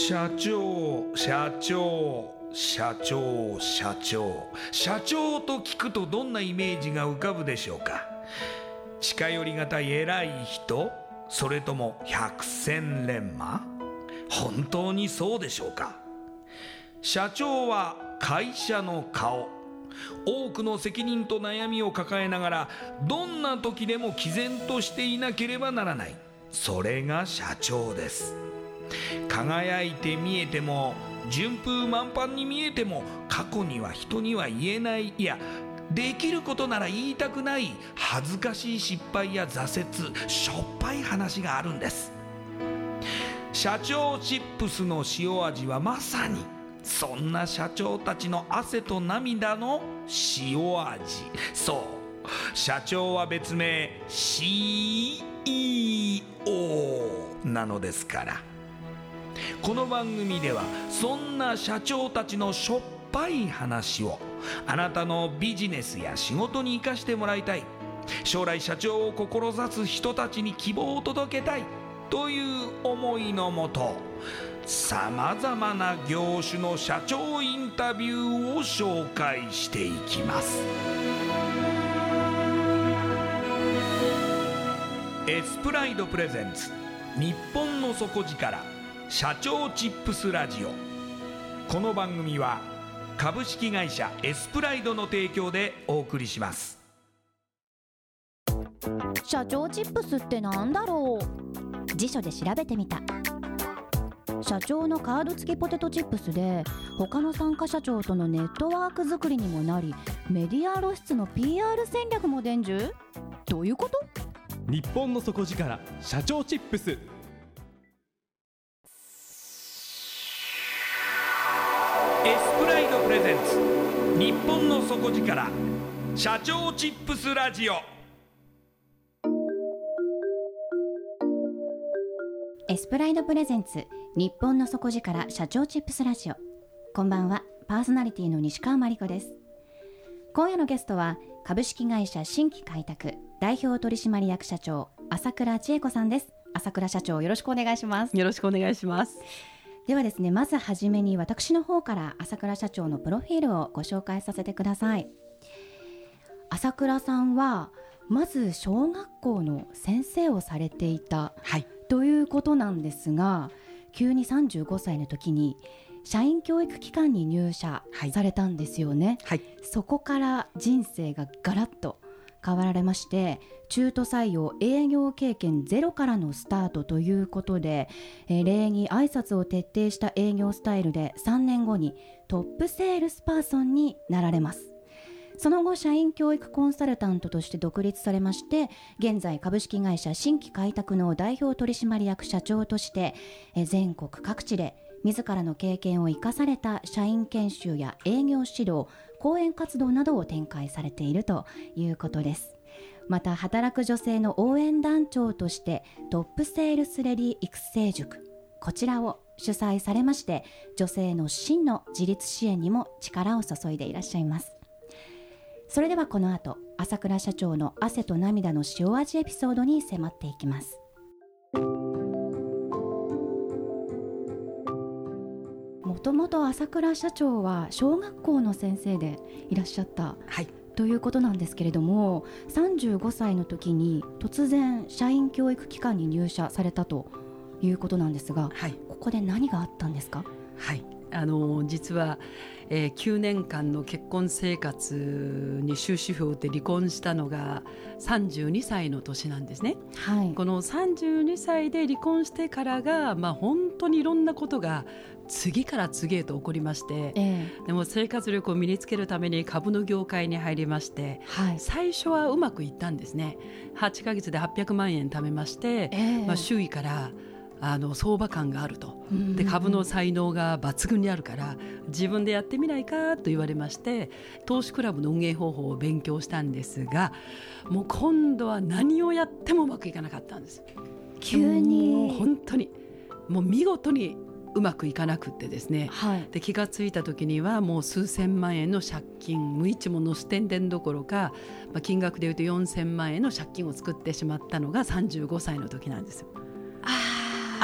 社長社長社長社長社長と聞くとどんなイメージが浮かぶでしょうか。近寄りがたい偉い人、それとも百戦錬磨。本当にそうでしょうか。社長は会社の顔。多くの責任と悩みを抱えながらどんな時でも毅然としていなければならない。それが社長です。輝いて見えても順風満帆に見えても、過去には人には言えない、いやできることなら言いたくない恥ずかしい失敗や挫折、しょっぱい話があるんです。社長チップスの塩味はまさにそんな社長たちの汗と涙の塩味。そう社長は別名 CEO なのですから。この番組ではそんな社長たちのしょっぱい話をあなたのビジネスや仕事に生かしてもらいたい、将来社長を志す人たちに希望を届けたいという思いのもと、さまざまな業種の社長インタビューを紹介していきます。エスプライドプレゼンツ日本の底力社長チップスラジオ。この番組は株式会社エスプライドの提供でお送りします。 社長チップスってなんだろう。辞書で調べてみた。社長のカード付きポテトチップスで、他の参加社長とのネットワーク作りにもなり、メディア露出の PR 戦略も伝授。どういうこと？ 日本の底力社長チップス。 エスプライドプレゼンツ日本の底力社長チップスラジオ。 エスプライドプレゼンツ日本の底力社長チップスラジオ。こんばんは、パーソナリティの西川真理子です。今夜のゲストは株式会社新規開拓代表取締役社長朝倉千恵子さんです。朝倉社長、よろしくお願いします。 よろしくお願いします。 ではですね、まずはじめに私の方から朝倉社長のプロフィールをご紹介させてください。朝倉さんはまず小学校の先生をされていた、ということなんですが、急に35歳の時に社員教育機関に入社されたんですよね。そこから人生がガラッと変わられまして、中途採用営業経験ゼロからのスタートということで、礼儀挨拶を徹底した営業スタイルで3年後にトップセールスパーソンになられます。その後社員教育コンサルタントとして独立されまして、現在株式会社新規開拓の代表取締役社長として全国各地で自らの経験を生かされた社員研修や営業指導、講演活動などを展開されているということです。また働く女性の応援団長としてトップセールスレディ育成塾、こちらを主催されまして、女性の真の自立支援にも力を注いでいらっしゃいます。それではこの後、朝倉社長の汗と涙の塩味エピソードに迫っていきます。もともと朝倉社長は小学校の先生でいらっしゃった、ということなんですけれども、35歳の時に突然社員教育機関に入社されたということなんですが、ここで何があったんですか？ 実は、9年間の結婚生活に終止符を打って離婚したのが32歳の年なんですね。この32歳で離婚してからが、本当にいろんなことが次から次へと起こりまして、でも生活力を身につけるために株の業界に入りまして、最初はうまくいったんですね。8ヶ月で800万円貯めまして、周囲から相場感があると、で株の才能が抜群にあるから自分でやってみないかと言われまして、投資クラブの運営方法を勉強したんですが、もう今度は何をやってもうまくいかなかったんです。 急にもう本当にもう見事にうまくいかなくってですね、で気がついた時にはもう数千万円の借金、無一文の宣伝どころか、金額でいうと4000万円の借金を作ってしまったのが35歳の時なんですよ。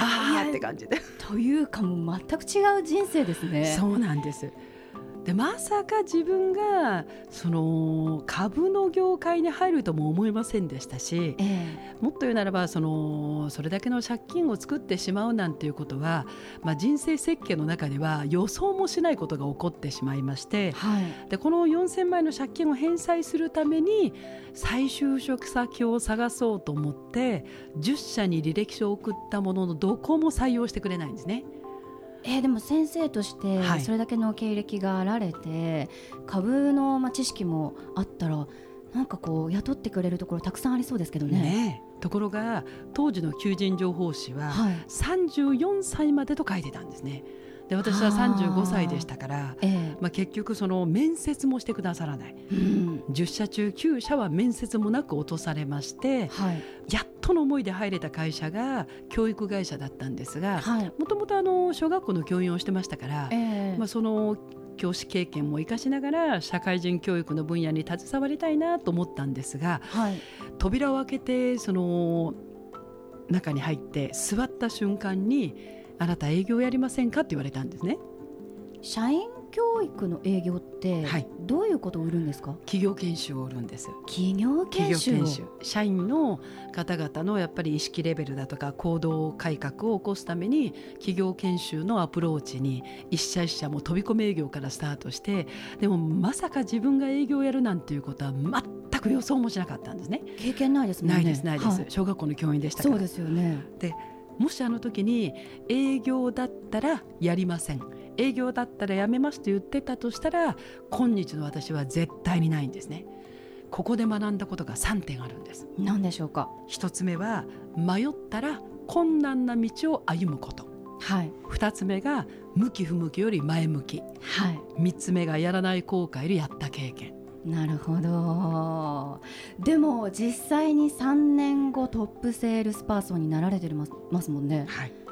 って感じでというかもう全く違う人生ですね。 そうなんです。でまさか自分がその株の業界に入るとも思いませんでしたし、もっと言うならばそれだけの借金を作ってしまうなんていうことは、人生設計の中では予想もしないことが起こってしまいまして、でこの4000万円の借金を返済するために再就職先を探そうと思って10社に履歴書を送ったもののどこも採用してくれないんですね。 でも先生としてそれだけの経歴があられて、株の知識もあったらなんかこう雇ってくれるところたくさんありそうですけど ね。 ところが当時の求人情報誌は34歳までと書いてたんですね。で私は35歳でしたから、結局その面接もしてくださらない、10社中9社は面接もなく落とされまして、やっとの思いで入れた会社が教育会社だったんですが、もともと小学校の教員をしてましたから、その教師経験も生かしながら社会人教育の分野に携わりたいなと思ったんですが、扉を開けてその中に入って座った瞬間にあなた営業やりませんかって言われたんですね。 社員教育の営業ってどういうことを売るんですか？ 企業研修を売るんです。 企業研修社員の方々のやっぱり意識レベルだとか行動改革を起こすために企業研修のアプローチに一社一社も飛び込み営業からスタートして、でもまさか自分が営業をやるなんていうことは全く予想もしなかったんですね。 経験ないですもんね。 ないです、小学校の教員でしたから。 そうですよね。 でもしあの時に営業だったらやりません、営業だったらやめますと言ってたとしたら今日の私は絶対にないんですね。ここで学んだことが3点あるんです。 何でしょうか？ 1つ目は迷ったら困難な道を歩むこと、2つ目が向き不向きより前向き、3つ目がやらない後悔よりやった経験。 なるほど。でも実際に3年後トップセールスパーソンになられてますもんね。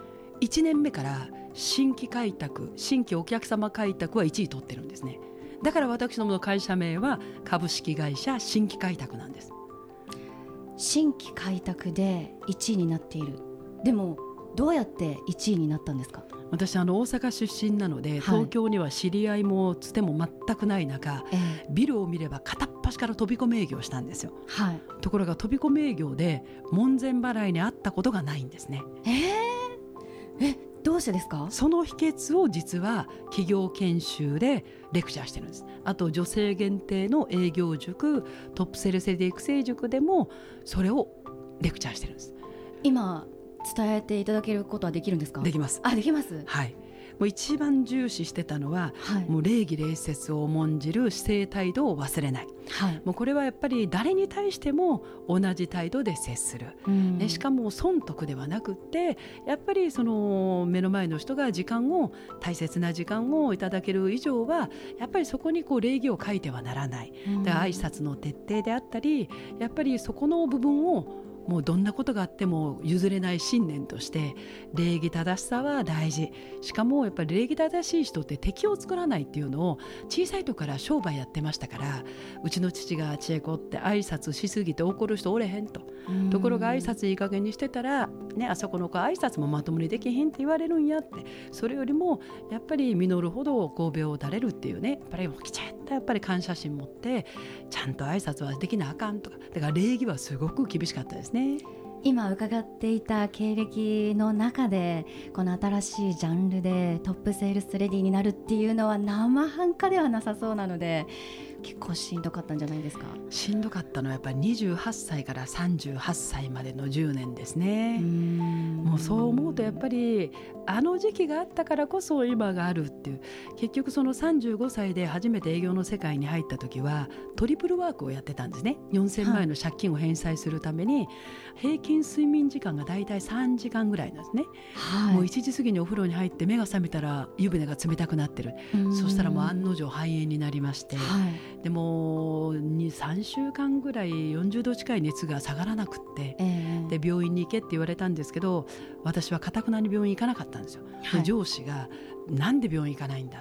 1年目から新規開拓、新規お客様開拓は1位取ってるんですね。だから私どもの会社名は株式会社新規開拓なんです。 新規開拓で1位になっている。でもどうやって1位になったんですか？ 私大阪出身なので、東京には知り合いもつても全くない中、ビルを見れば片っ端から飛び込み営業したんですよ。ところが飛び込み営業で門前払いにあったことがないんですね。 どうしてですか？ その秘訣を実は企業研修でレクチャーしてるんです。あと女性限定の営業塾、トップセルスレディ育成塾でもそれをレクチャーしてるんです。 今伝えていただけることはできるんですか？ できます。 できます。 もう一番重視してたのは、もう礼儀礼節を重んじる姿勢態度を忘れない、もうこれはやっぱり誰に対しても同じ態度で接する、しかも損得ではなくってやっぱりその目の前の人が大切な時間をいただける以上はやっぱりそこに礼儀を欠いてはならない、で挨拶の徹底であったり、やっぱりそこの部分をもうどんなことがあっても譲れない信念として礼儀正しさは大事。しかもやっぱり礼儀正しい人って敵を作らないっていうのを小さい時から商売やってましたから、うちの父が千恵子って挨拶しすぎて怒る人おれへんと、ところが挨拶いい加減にしてたら、あそこの子挨拶もまともにできへんって言われるんやって、それよりもやっぱり実るほど神戸を垂れるっていうね、やっぱりきちっとやっぱり感謝心持ってちゃんと挨拶はできなあかんとか、だから礼儀はすごく厳しかったですね。 今伺っていた経歴の中でこの新しいジャンルでトップセールスレディになるっていうのは生半可ではなさそうなので、結構しんどかったんじゃないですか？ しんどかったのはやっぱり28歳から38歳までの10年ですね。もうそう思うとやっぱりあの時期があったからこそ今があるっていう、結局その35歳で初めて営業の世界に入った時はトリプルワークをやってたんですね。4000万円の借金を返済するために平均睡眠時間がだいたい3時間ぐらいなんですね。もう1時過ぎにお風呂に入って目が覚めたら湯船が冷たくなってる。そしたらもう案の定肺炎になりまして、でも 3週間ぐらい40度近い熱が下がらなくって、で病院に行けって言われたんですけど、私は堅くなに病院行かなかったんですよ。で上司がなんで病院行かないんだって、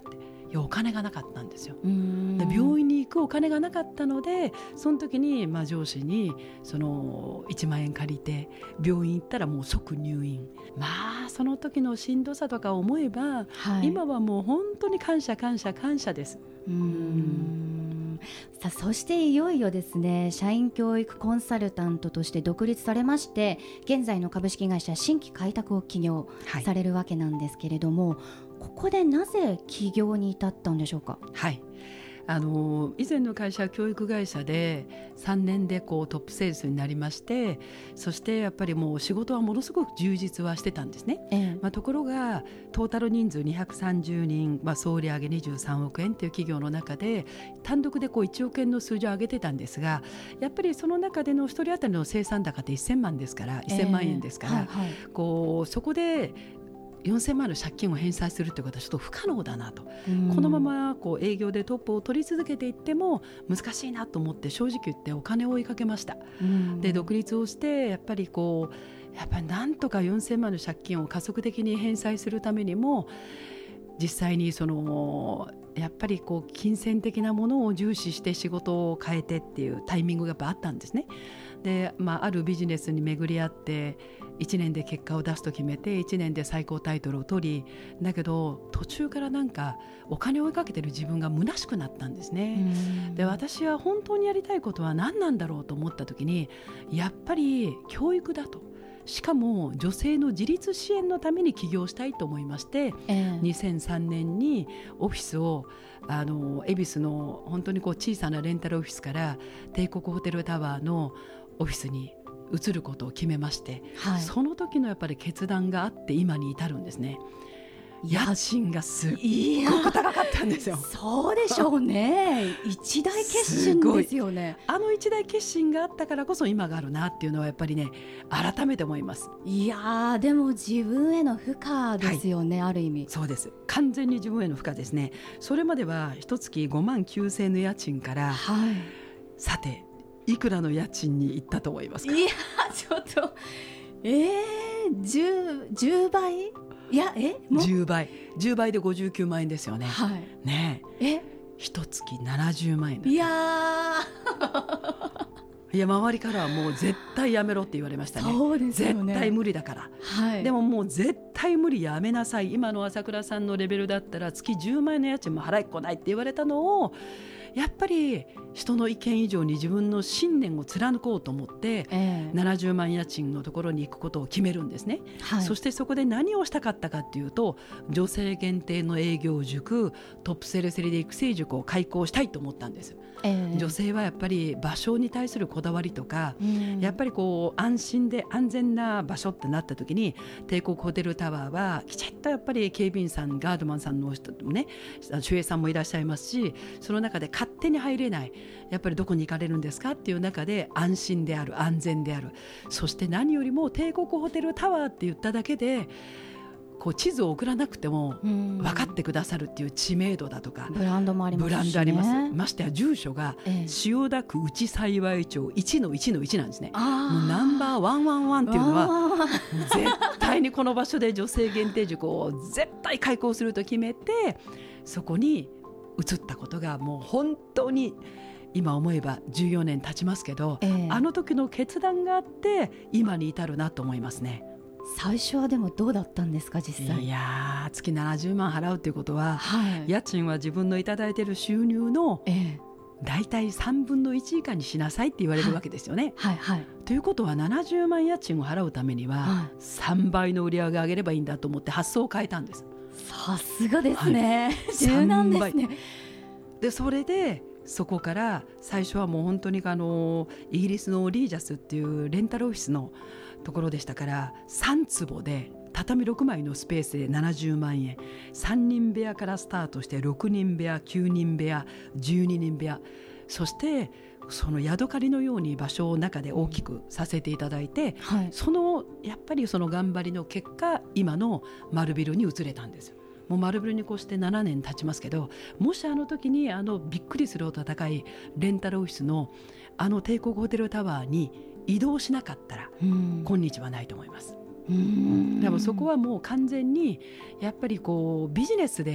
お金がなかったんですよ。で病院に行くお金がなかったので、その時に上司にその1万円借りて病院行ったらもう即入院。その時のしんどさとか思えば、今はもう本当に感謝感謝感謝です。 さあ、そしていよいよですね、社員教育コンサルタントとして独立されまして、現在の株式会社新規開拓を起業されるわけなんですけれども、ここでなぜ起業に至ったんでしょうか。 以前の会社は教育会社で3年でトップセールスになりまして、そしてやっぱりもう仕事はものすごく充実はしてたんですね。ところがトータル人数230人、総売上23億円という企業の中で単独で1億円の数字を上げてたんですが、やっぱりその中での1人当たりの生産高って1000万ですから、1000万円ですから、そこで4000万の借金を返済するということはちょっと不可能だなと、このまま営業でトップを取り続けていっても難しいなと思って、正直言ってお金を追いかけました。で独立をしてやっぱりなんとか4000万の借金を加速的に返済するためにも、実際にやっぱり金銭的なものを重視して仕事を変えてっていうタイミングがやっぱあったんですね。で、あるビジネスに巡り合って1年で結果を出すと決めて1年で最高タイトルを取り、だけど途中からお金を追いかけてる自分が虚しくなったんですね。で私は本当にやりたいことは何なんだろうと思った時に、やっぱり教育だと、しかも女性の自立支援のために起業したいと思いまして、2003年にオフィスを恵比寿の本当に小さなレンタルオフィスから帝国ホテルタワーのオフィスに移ることを決めまして、その時のやっぱり決断があって今に至るんですね。家賃がすっごく高かったんですよ。 そうでしょうね。一大決心ですよね。 一大決心があったからこそ今があるなっていうのはやっぱりね、改めて思います。 でも自分への負荷ですよね、ある意味。 そうです、完全に自分への負荷ですね。それまでは一月5万9,000円の家賃から、さていくらの家賃に行ったと思いますか。 ちょっと10倍、もう 10倍で59万円ですよね。一月70万円だった。周りからはもう絶対やめろって言われましたね。 そうですよね、 絶対無理だから、でももう絶対無理、やめなさい、今の朝倉さんのレベルだったら月10万円の家賃も払いっこないって言われたのを、やっぱり人の意見以上に自分の信念を貫こうと思って、70万家賃のところに行くことを決めるんですね。そしてそこで何をしたかったかっていうと、女性限定の営業塾、トップセルセリで育成塾を開講したいと思ったんです。女性はやっぱり場所に対するこだわりとか、やっぱり安心で安全な場所ってなった時に、帝国ホテルタワーはきちっとやっぱり警備員さん、ガードマンさんの人もね、守衛さんもいらっしゃいますし、その中で勝手に入れない、やっぱりどこに行かれるんですかっていう中で安心である、安全である、そして何よりも帝国ホテルタワーって言っただけで地図を送らなくても分かってくださるっていう知名度だとか、 ブランドもありますしね。 ブランドあります。ましてや住所が千代田区内幸町 1-1-1 なんですね。もうナンバー111っていうのは絶対にこの場所で女性限定塾を絶対開講すると決めて、そこに移ったことがもう本当に今思えば14年経ちますけど、あの時の決断があって今に至るなと思いますね。 最初はでもどうだったんですか、実際。 月70万払うということは、家賃は自分のいただいている収入のだいたい3分の1以下にしなさいって言われるわけですよね。ということは70万家賃を払うためには3倍の売り上げを上げればいいんだと思って発想を変えたんです。 さすがですね、柔軟ですね。 でそれでそこから最初はもう本当にイギリスのリージャスっていうレンタルオフィスのところでしたから、3坪で畳6枚のスペースで70万円、3人部屋からスタートして6人部屋、9人部屋、12人部屋、そしてその宿借りのように場所を中で大きくさせていただいて、やっぱりその頑張りの結果、今の丸ビルに移れたんですよ。もう丸ビルに越して7年経ちますけど、もしあの時にびっくりするほど高いレンタルオフィスの帝国ホテルタワーに移動しなかったら今日はないと思います。でもそこはもう完全にやっぱりビジネスで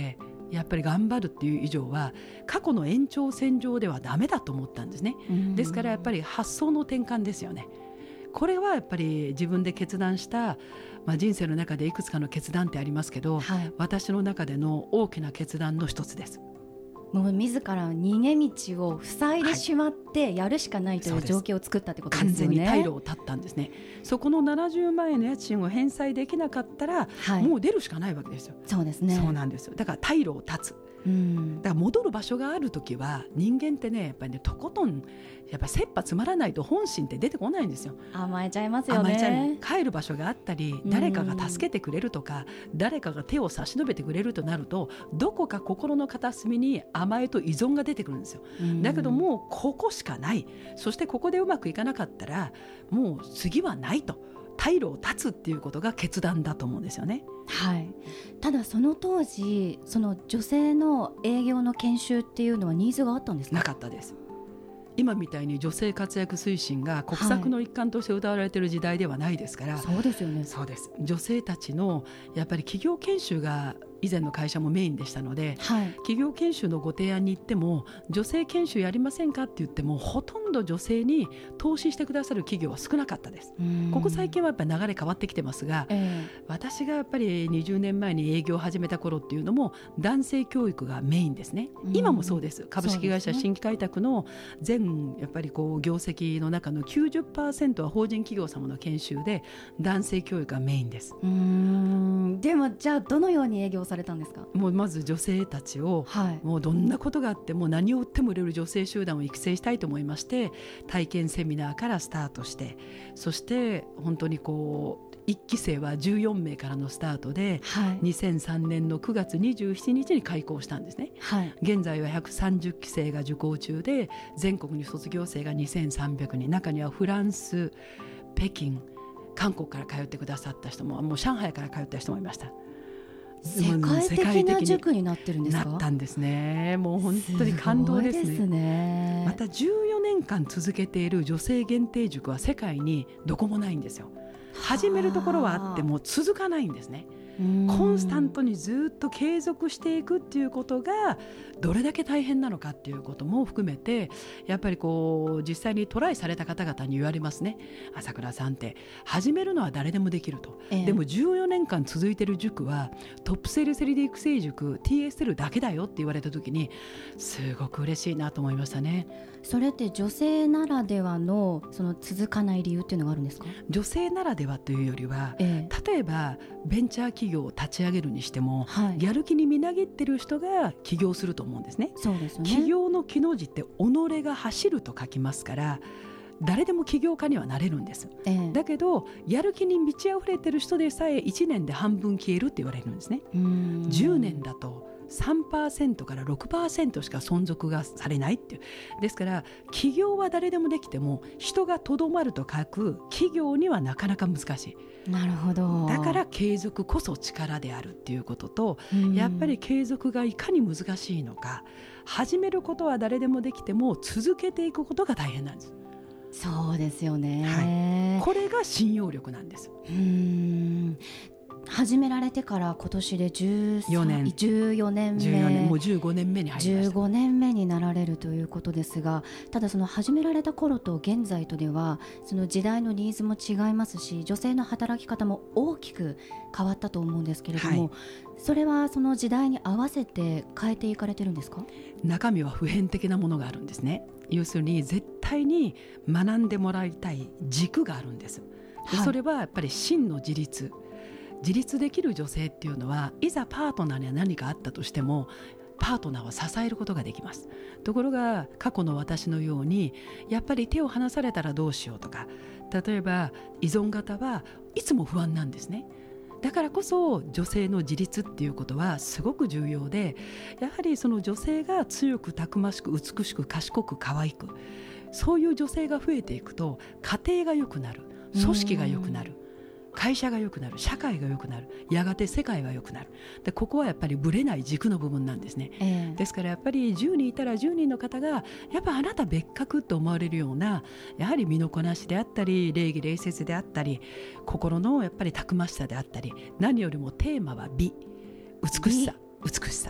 やっぱり頑張るっていう以上は過去の延長線上ではダメだと思ったんですね。ですからやっぱり発想の転換ですよね。これはやっぱり自分で決断した、人生の中でいくつかの決断ってありますけど、私の中での大きな決断の一つです。 もう自ら逃げ道を塞いでしまってやるしかないという状況を作ったってことですよね。 完全に退路を断ったんですね。そこの70万円の家賃を返済できなかったら、もう出るしかないわけですよ。 そうですね。 そうなんですよ。だから退路を断つ。だから戻る場所があるときは人間ってね、やっぱりね、とことんやっぱり切羽詰まらないと本心って出てこないんですよ。 甘えちゃいますよね。 帰る場所があったり、誰かが助けてくれるとか、誰かが手を差し伸べてくれるとなると、どこか心の片隅に甘えと依存が出てくるんですよ。だけどもうここしかない。そしてここでうまくいかなかったらもう次はないと、退路を断つっていうことが決断だと思うんですよね。 はい、ただその当時、その女性の営業の研修っていうのはニーズがあったんですか？ なかったです。今みたいに女性活躍推進が国策の一環として謳われている時代ではないですから、 そうですよね。 そうです。女性たちのやっぱり企業研修が以前の会社もメインでしたので、企業研修のご提案に行っても、女性研修やりませんかって言っても、ほとんど女性に投資してくださる企業は少なかったです。ここ最近はやっぱり流れ変わってきてますが、私がやっぱり20年前に営業を始めた頃っていうのも男性教育がメインですね。今もそうです。株式会社新規開拓の全やっぱりこう業績の中の 90% は法人企業様の研修で男性教育がメインです。 でもじゃあどのように営業されたんですか？ もうまず女性たちを、もうどんなことがあっても何を売っても売れる女性集団を育成したいと思いまして、体験セミナーからスタートして、そして本当にこう1期生は14名からのスタートで、2003年の9月27日に開校したんですね。現在は130期生が受講中で、全国に卒業生が2300人、中にはフランス、北京、韓国から通ってくださった人も、もう上海から通った人もいました。 世界的な塾になってるんですか？ なったんですね。もう本当に感動ですね。 すごいですね。 また14年間続けている女性限定塾は世界にどこもないんですよ。始めるところはあっても続かないんですね。コンスタントにずっと継続していくっていうことがどれだけ大変なのかっていうことも含めて、やっぱりこう実際にトライされた方々に言われますね。朝倉さんって始めるのは誰でもできると、でも14年間続いてる塾はトップセールスリディ育成塾 TSL だけだよって言われた時に、すごく嬉しいなと思いましたね。 それって女性ならではのその続かない理由っていうのがあるんですか？ 女性ならではというよりは、例えばベンチャー企業を立ち上げるにしても、やる気にみなぎってる人が起業すると思うんですね。 そうですね。 起業の起の字って己が走ると書きますから、誰でも起業家にはなれるんです、だけどやる気に満ち溢れてる人でさえ1年で半分消えるって言われるんですね。10年だと3% から 6% しか存続がされないっていう。ですから起業は誰でもできても、人がとどまると書く企業にはなかなか難しい。 なるほど。 だから継続こそ力であるっていうことと、やっぱり継続がいかに難しいのか、始めることは誰でもできても続けていくことが大変なんです。 そうですよね、 これが信用力なんです。 始められてから今年で14年目、 もう15年目に入りました。 15年目になられるということですが、ただその始められた頃と現在とではその時代のニーズも違いますし、女性の働き方も大きく変わったと思うんですけれども、それはその時代に合わせて変えていかれてるんですか？ 中身は普遍的なものがあるんですね。要するに絶対に学んでもらいたい軸があるんです。それはやっぱり真の自立できる女性っていうのは、いざパートナーに何かあったとしてもパートナーは支えることができます。ところが過去の私のようにやっぱり手を離されたらどうしようとか、例えば依存型はいつも不安なんですね。だからこそ女性の自立っていうことはすごく重要で、やはりその女性が強くたくましく美しく賢く可愛く、そういう女性が増えていくと家庭が良くなる、組織が良くなる、会社が良くなる、社会が良くなる、やがて世界が良くなる。でここはやっぱりぶれない軸の部分なんですね、ですからやっぱり10人いたら10人の方がやっぱあなた別格と思われるような、やはり身のこなしであったり礼儀礼節であったり心のやっぱりたくましさであったり、何よりもテーマは美しさ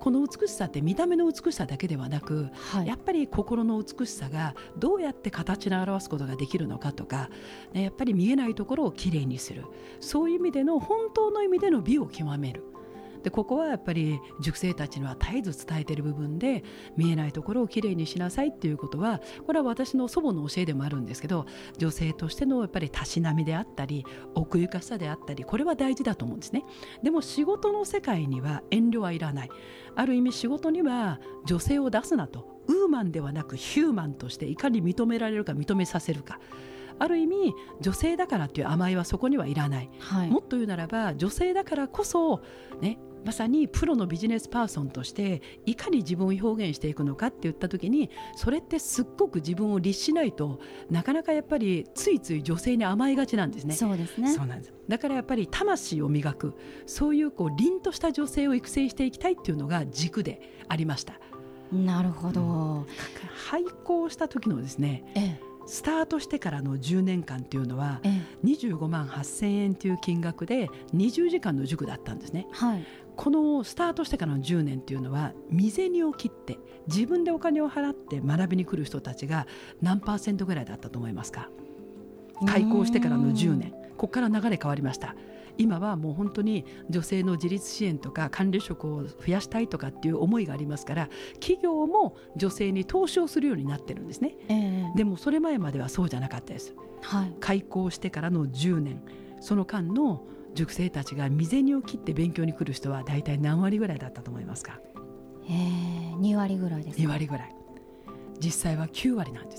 この美しさって見た目の美しさだけではなく、やっぱり心の美しさがどうやって形に表すことができるのかとか、やっぱり見えないところをきれいにする、そういう意味での本当の意味での美を極める。でここはやっぱり塾生たちには絶えず伝えている部分で、見えないところをきれいにしなさいっていうことは、これは私の祖母の教えでもあるんですけど、女性としてのやっぱりたしなみであったり奥ゆかしさであったり、これは大事だと思うんですね。でも仕事の世界には遠慮はいらない。ある意味仕事には女性を出すなと、ウーマンではなくヒューマンとしていかに認められるか認めさせるか、ある意味女性だからっていう甘えはそこにはいらない、もっと言うならば女性だからこそね、まさにプロのビジネスパーソンとしていかに自分を表現していくのかって言った時に、それってすっごく自分を律しないとなかなかやっぱりついつい女性に甘えがちなんですね。 そうですね。 そうなんです。だからやっぱり魂を磨く、そういう凛とした女性を育成していきたいっていうのが軸でありました。 なるほど。 廃校した時のですね、スタートしてからの10年間っていうのは25万8000円という金額で20時間の塾だったんですね。このスタートしてからの10年っていうのは、身銭を切って自分でお金を払って学びに来る人たちが何%ぐらいだったと思いますか？開校してからの10年、ここから流れ変わりました。今はもう本当に女性の自立支援とか管理職を増やしたいとかっていう思いがありますから、企業も女性に投資をするようになってるんですね。でもそれ前まではそうじゃなかったです。開校してからの10年、その間の塾生たちが身銭を切って勉強に来る人は大体何割ぐらいだったと思いますか ？2割ぐらいですか。 2割ぐらい。実際は9割なんです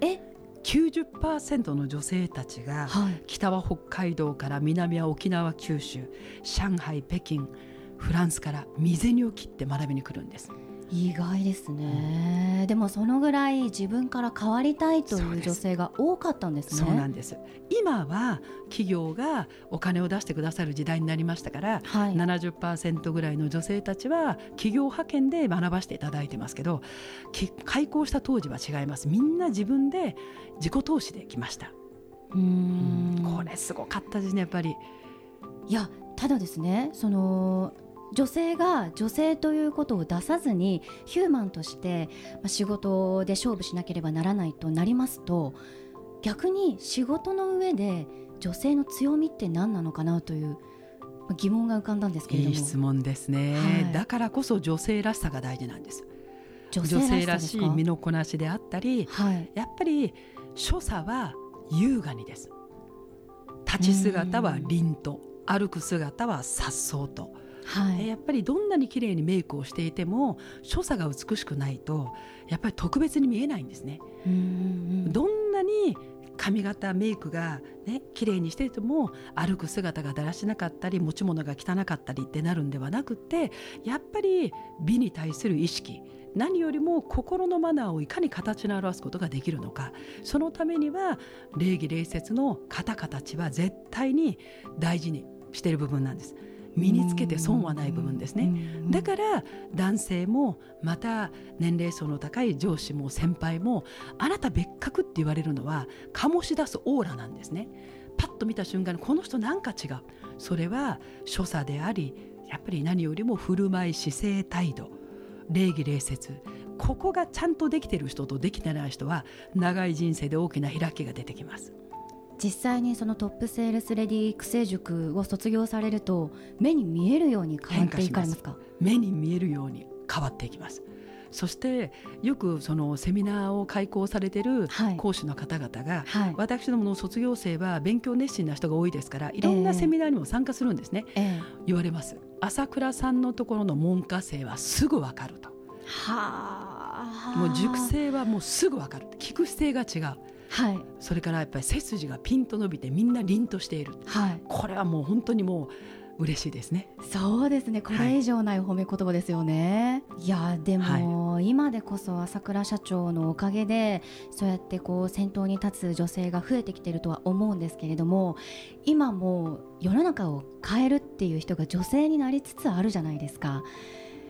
。90% の女性たちが、北は北海道から南は沖縄九州、上海北京フランスから身銭を切って学びに来るんです。 意外ですね。でもそのぐらい自分から変わりたいという女性が多かったんですね。 そうなんです。今は企業がお金を出してくださる時代になりましたから、70% ぐらいの女性たちは企業派遣で学ばせていただいてますけど、開校した当時は違います。みんな自分で自己投資で来ました。これすごかったですね、やっぱり。 いや、ただですね、その女性が女性ということを出さずにヒューマンとして仕事で勝負しなければならないとなりますと、逆に仕事の上で女性の強みって何なのかなという疑問が浮かんだんですけれども。 いい質問ですね。だからこそ女性らしさが大事なんです。女性らしい身のこなしであったり、やっぱり所作は優雅にです。立ち姿は凛と、歩く姿は颯爽と、やっぱりどんなに綺麗にメイクをしていても所作が美しくないとやっぱり特別に見えないんですね。どんなに髪型メイクが綺麗にしていても歩く姿がだらしなかったり持ち物が汚かったりってなるんではなくて、やっぱり美に対する意識、何よりも心のマナーをいかに形に表すことができるのか、そのためには礼儀礼節の型形は絶対に大事にしている部分なんです。身につけて損はない部分ですね。だから男性もまた年齢層の高い上司も先輩も、あなた別格って言われるのは醸し出すオーラなんですね。パッと見た瞬間にこの人なんか違う、それは所作であり、やっぱり何よりも振る舞い、姿勢、態度、礼儀礼節、ここがちゃんとできている人とできてない人は長い人生で大きな開きが出てきます。 実際にそのトップセールスレディ育成塾を卒業されると目に見えるように変わっていかれますか？ 目に見えるように変わっていきます。そしてよくそのセミナーを開講されている講師の方々が、私どもの卒業生は勉強熱心な人が多いですからいろんなセミナーにも参加するんですね。言われます。朝倉さんのところの門下生はすぐ分かると。もう塾生はもうすぐ分かる、聞く姿勢が違う。それからやっぱり背筋がピンと伸びてみんな凛としている、これはもう本当にもう嬉しいですね。 そうですね、これ以上ない褒め言葉ですよね。いやでも、今でこそ朝倉社長のおかげでそうやってこう先頭に立つ女性が増えてきているとは思うんですけれども、今もう世の中を変えるっていう人が女性になりつつあるじゃないですか。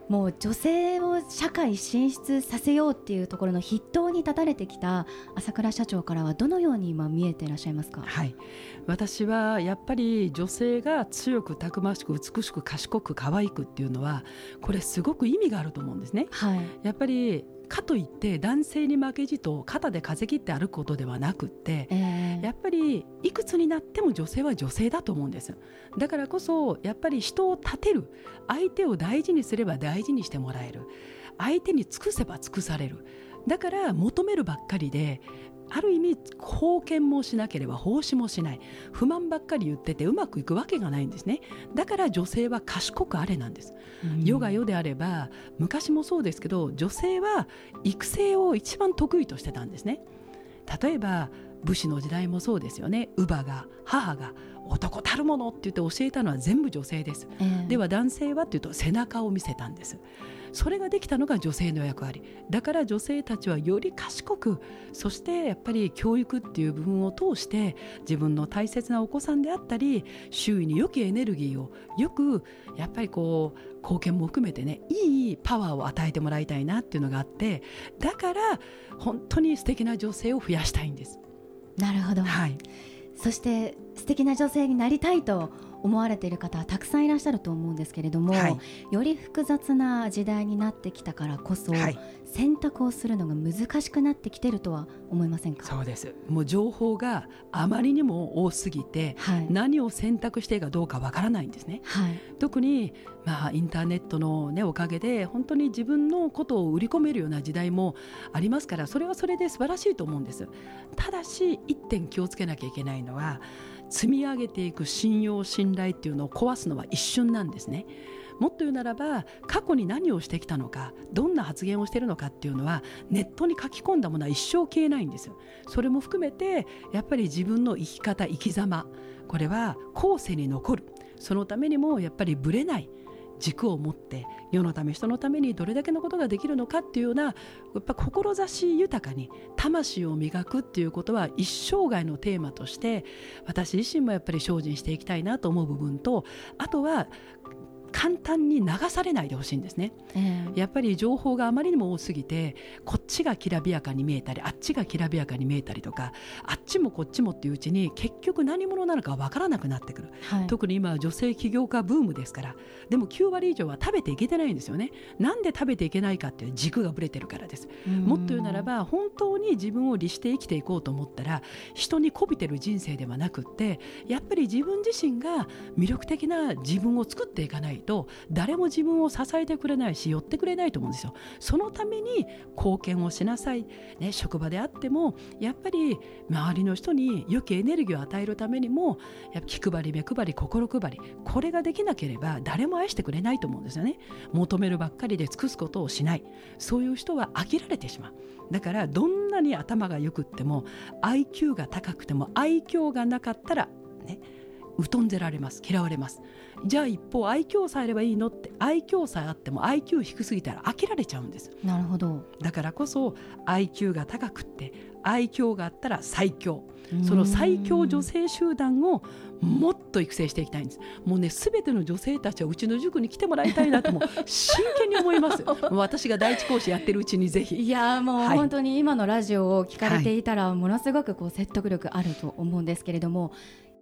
もう女性を社会進出させようっていうところの筆頭に立たれてきた朝倉社長からはどのように今見えていらっしゃいますか？ はい、私はやっぱり女性が強くたくましく美しく賢く可愛くっていうのはこれすごく意味があると思うんですね、はい、やっぱりかといって男性に負けじと肩で風切って歩くことではなくって、やっぱりいくつになっても女性は女性だと思うんです。だからこそやっぱり人を立てる、相手を大事にすれば大事にしてもらえる、相手に尽くせば尽くされる、だから求めるばっかりである意味貢献もしなければ奉仕もしない、不満ばっかり言っててうまくいくわけがないんですね。だから女性は賢くあれなんです、世が世であれば昔もそうですけど女性は育成を一番得意としてたんですね。例えば武士の時代もそうですよね。乳母が母が男たるものって言って教えたのは全部女性です、では男性はっていうと背中を見せたんです。それができたのが女性の役割だから女性たちはより賢く、そしてやっぱり教育っていう部分を通して自分の大切なお子さんであったり周囲に良きエネルギーをよくやっぱりこう貢献も含めてね、いいパワーを与えてもらいたいなっていうのがあって、だから本当に素敵な女性を増やしたいんです。 なるほど、はい、そして素敵な女性になりたいと思われている方はたくさんいらっしゃると思うんですけれども、はい、より複雑な時代になってきたからこそ、はい、選択をするのが難しくなってきているとは思いませんか？ そうです。もう情報があまりにも多すぎて、はい、何を選択していいかどうかわからないんですね、はい、特に、インターネットの、おかげで本当に自分のことを売り込めるような時代もありますから、それはそれで素晴らしいと思うんです。ただし一点気をつけなきゃいけないのは、積み上げていく信用信頼っていうのを壊すのは一瞬なんですね。もっと言うならば過去に何をしてきたのか、どんな発言をしているのかっていうのはネットに書き込んだものは一生消えないんですよ。それも含めてやっぱり自分の生き方生き様、これは後世に残る、そのためにもやっぱりぶれない軸を持って世のため人のためにどれだけのことができるのかっていうような、やっぱ志豊かに魂を磨くっていうことは一生涯のテーマとして私自身もやっぱり精進していきたいなと思う部分と、あとは簡単に流されないでほしいんですね、やっぱり情報があまりにも多すぎてこっちがきらびやかに見えたりあっちがきらびやかに見えたりとか、あっちもこっちもっていううちに結局何者なのか分からなくなってくる、はい、特に今は女性起業家ブームですから。でも9割以上は食べていけてないんですよね。なんで食べていけないかっていう軸がぶれてるからです。もっと言うならば本当に自分を律して生きていこうと思ったら人に媚びてる人生ではなくって、やっぱり自分自身が魅力的な自分を作っていかないと誰も自分を支えてくれないし寄ってくれないと思うんですよ。そのために貢献をしなさい、職場であってもやっぱり周りの人に良きエネルギーを与えるためにもやっぱ気配り目配り心配り、これができなければ誰も愛してくれないと思うんですよね。求めるばっかりで尽くすことをしない、そういう人は飽きられてしまう。だからどんなに頭がよくっても IQ が高くても愛嬌がなかったら疎んでられます、嫌われます。じゃあ一方愛嬌さえあればいいのって、愛嬌さえあっても IQ 低すぎたら飽きられちゃうんです。 なるほど。 だからこそ IQ が高くって愛嬌があったら最強、その最強女性集団をもっと育成していきたいんです。もうね、全ての女性たちはうちの塾に来てもらいたいなとも真剣に思います私が第一講師やってるうちにぜひ。 いやもう本当に今のラジオを聞かれていたらものすごくこう説得力あると思うんですけれども、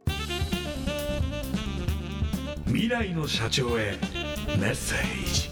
未来の社長へメッセージ。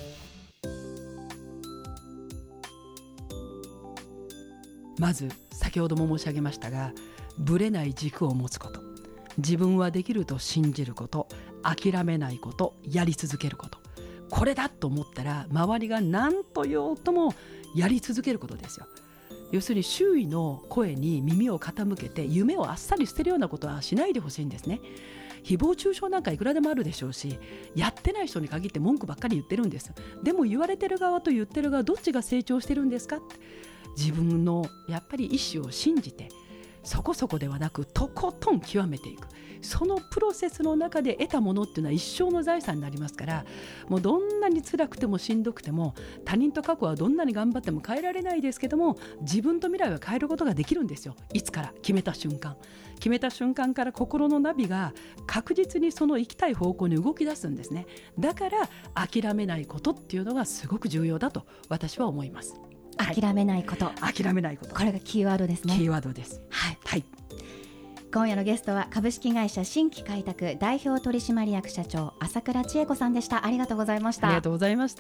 まず先ほども申し上げましたが、ぶれない軸を持つこと、自分はできると信じること、諦めないこと、やり続けること、これだと思ったら周りが何と言おうともやり続けることですよ。要するに周囲の声に耳を傾けて夢をあっさり捨てるようなことはしないでほしいんですね。誹謗中傷なんかいくらでもあるでしょうし、やってない人に限って文句ばっかり言ってるんです。でも言われてる側と言ってる側どっちが成長してるんですかって、自分のやっぱり意思を信じて、 そこそこではなくとことん極めていく、そのプロセスの中で得たものっていうのは一生の財産になりますから、もうどんなに辛くてもしんどくても、他人と過去はどんなに頑張っても変えられないですけども、自分と未来は変えることができるんですよ。いつから？決めた瞬間から心のナビが確実にその行きたい方向に動き出すんですね。だから諦めないことっていうのがすごく重要だと私は思います。 諦めないこと、 諦めないこと、 これがキーワードですね。 キーワードです。 はい、 はい、 今夜のゲストは株式会社新規開拓代表取締役社長朝倉千恵子さんでした。ありがとうございました。 ありがとうございました。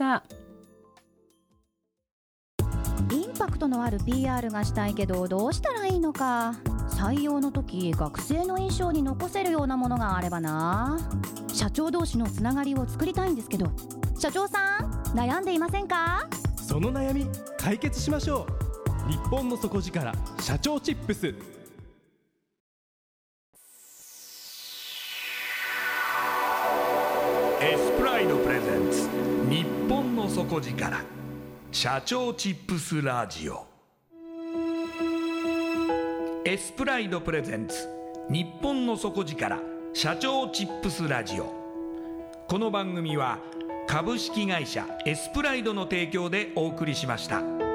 インパクトのある PR がしたいけどどうしたらいいのか。採用の時学生の印象に残せるようなものがあればな。社長同士のつながりを作りたいんですけど、社長さん悩んでいませんか？ その悩み解決しましょう。日本の底力社長チップス。 エスプライドプレゼンツ日本の底力社長チップスラジオ。エスプライドプレゼンツ日本の底力社長チップスラジオ。この番組は株式会社エスプライドの提供でお送りしました。